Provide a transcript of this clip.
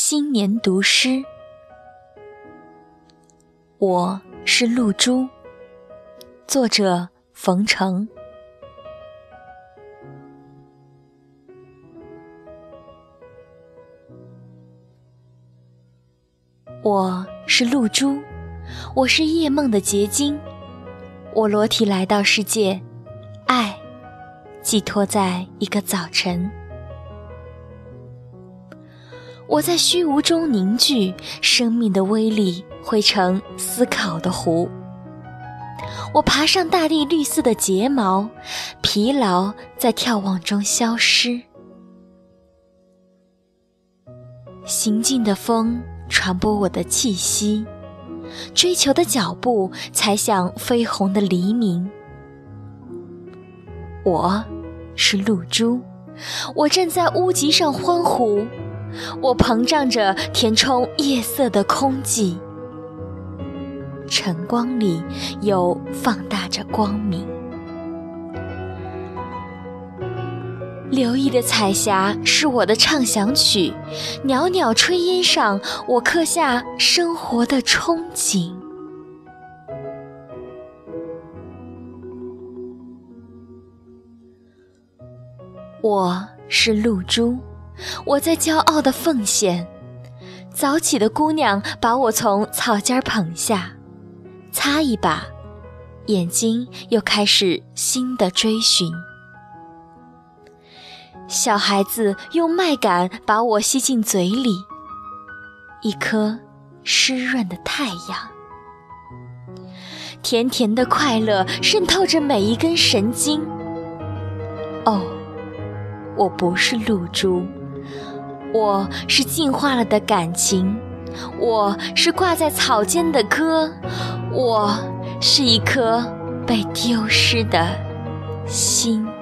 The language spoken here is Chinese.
新年读诗。我是露珠，作者冯程。我是露珠，我是夜梦的结晶。我裸体来到世界，爱寄托在一个早晨。我在虚无中凝聚，生命的威力汇成思考的湖。我爬上大地绿色的睫毛，疲劳在眺望中消失。行进的风传播我的气息，追求的脚步踩响绯红的黎明。我是露珠，我站在屋脊上欢呼，我膨胀着填充夜色的空寂，晨光里又放大着光明。留意的彩霞是我的畅想曲，袅袅炊烟上我刻下生活的憧憬。我是露珠，我在骄傲地奉献。早起的姑娘把我从草尖捧下，擦一把，眼睛又开始新的追寻。小孩子用麦秆把我吸进嘴里，一颗湿润的太阳。甜甜的快乐渗透着每一根神经。哦，我不是露珠，我是进化了的感情，我是挂在草间的歌，我是一颗被丢失的心。